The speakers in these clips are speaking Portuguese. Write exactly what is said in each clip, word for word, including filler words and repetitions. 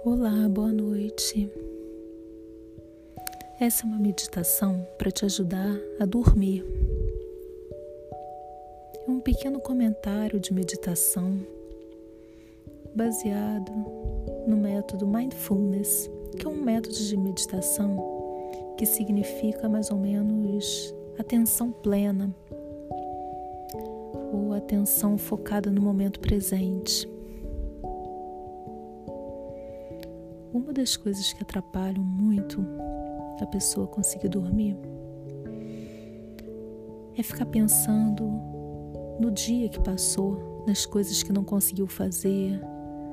Olá, boa noite. Essa é uma meditação para te ajudar a dormir. É um pequeno comentário de meditação baseado no método Mindfulness, que é um método de meditação que significa mais ou menos atenção plena ou atenção focada no momento presente. Uma das coisas que atrapalham muito a pessoa conseguir dormir é ficar pensando no dia que passou, nas coisas que não conseguiu fazer,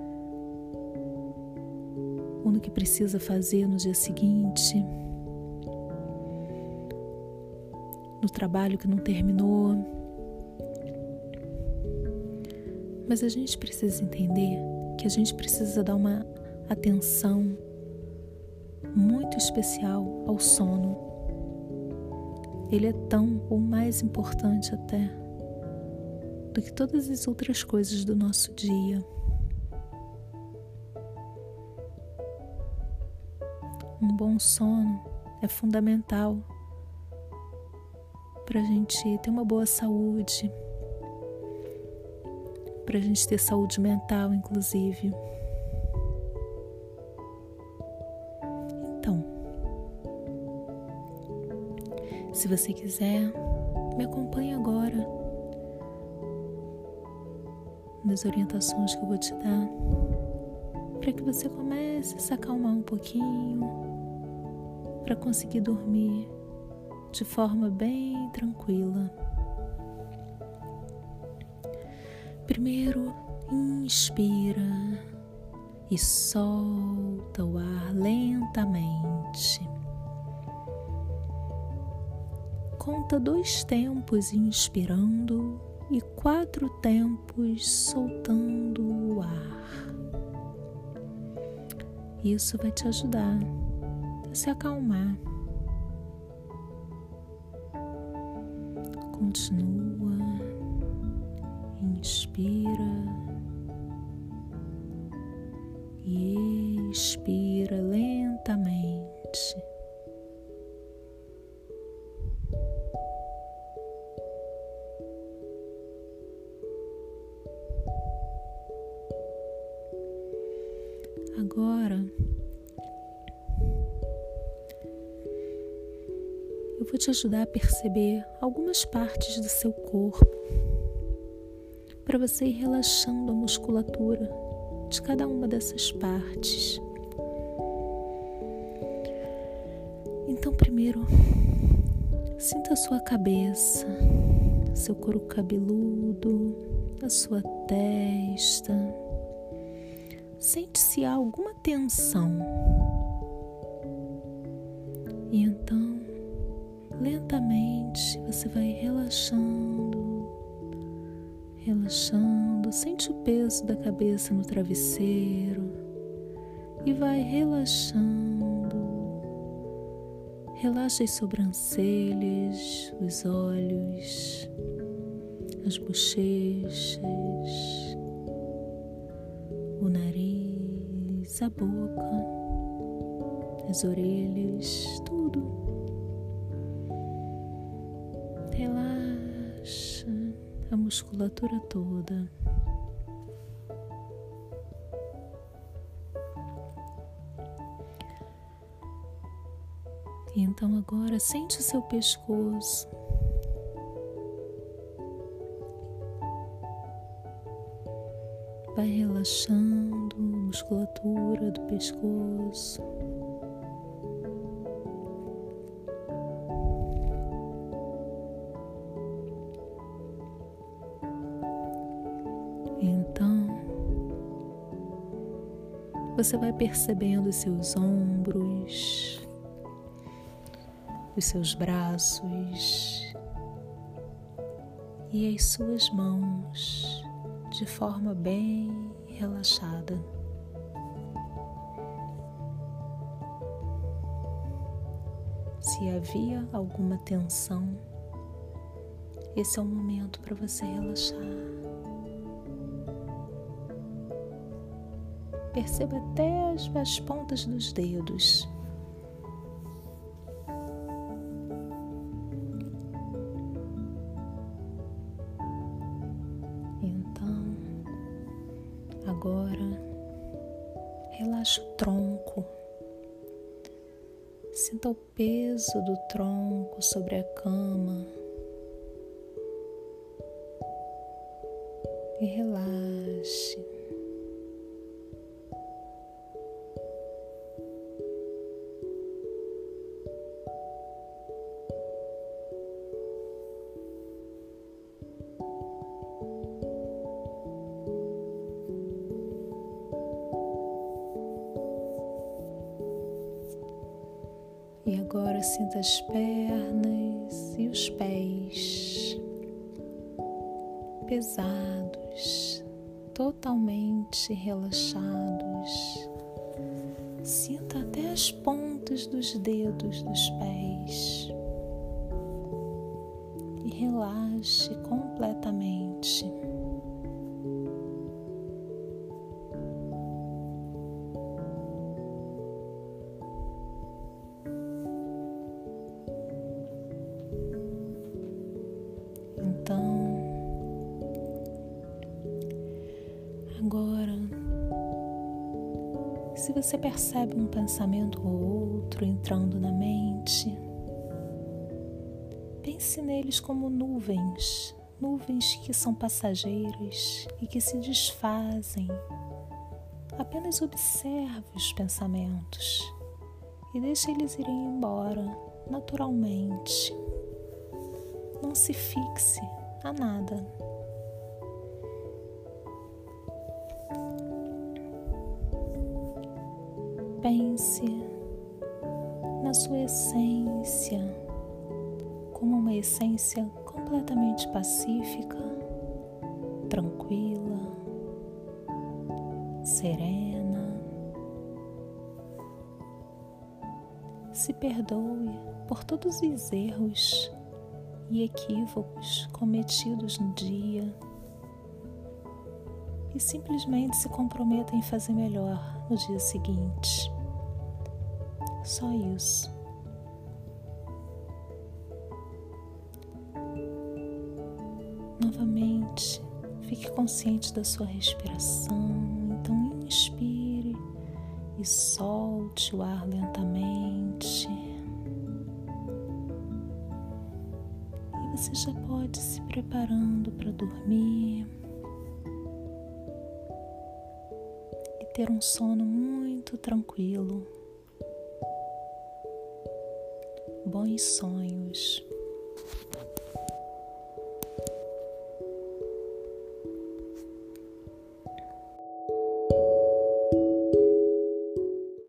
ou no que precisa fazer no dia seguinte, no trabalho que não terminou. Mas a gente precisa entender que a gente precisa dar uma atenção muito especial ao sono. Ele é tão ou mais importante até do que todas as outras coisas do nosso dia. Um bom sono é fundamental para a gente ter uma boa saúde, para a gente ter saúde mental, inclusive. Então, se você quiser, me acompanhe agora nas orientações que eu vou te dar, para que você comece a se acalmar um pouquinho, para conseguir dormir de forma bem tranquila. Primeiro, inspira e solta o ar lentamente. Conta dois tempos inspirando e quatro tempos soltando o ar. Isso vai te ajudar a se acalmar. Continua, inspira e expira lentamente. Agora, eu vou te ajudar a perceber algumas partes do seu corpo, para você ir relaxando a musculatura de cada uma dessas partes. Então, primeiro, sinta a sua cabeça, seu couro cabeludo, a sua testa. Sente se há alguma tensão. E então, lentamente, você vai relaxando, relaxando, sente o peso da cabeça no travesseiro e vai relaxando. Relaxa as sobrancelhas, os olhos, as bochechas, o nariz, a boca, as orelhas, tudo. Relaxa a musculatura toda. E então agora sente o seu pescoço. Vai relaxando a musculatura do pescoço. Então, você vai percebendo os seus ombros, os seus braços e as suas mãos de forma bem relaxada. Se havia alguma tensão, esse é o momento para você relaxar. Perceba até as, as pontas dos dedos. Então, agora, relaxa o tronco. Sinta o peso do tronco sobre a cama e relaxe. E agora sinta as pernas e os pés pesados, totalmente relaxados. Sinta até as pontas dos dedos dos pés e relaxe completamente. Então, agora, se você percebe um pensamento ou outro entrando na mente, pense neles como nuvens, nuvens que são passageiras e que se desfazem. Apenas observe os pensamentos e deixe eles irem embora naturalmente. Não se fixe a nada. Pense na sua essência como uma essência completamente pacífica, tranquila, serena. Se perdoe por todos os erros e equívocos cometidos no dia e simplesmente se comprometa em fazer melhor no dia seguinte. Só isso. Novamente, fique consciente da sua respiração. Então, inspire e solte o ar lentamente. Você já pode ir se preparando para dormir e ter um sono muito tranquilo. Bons sonhos.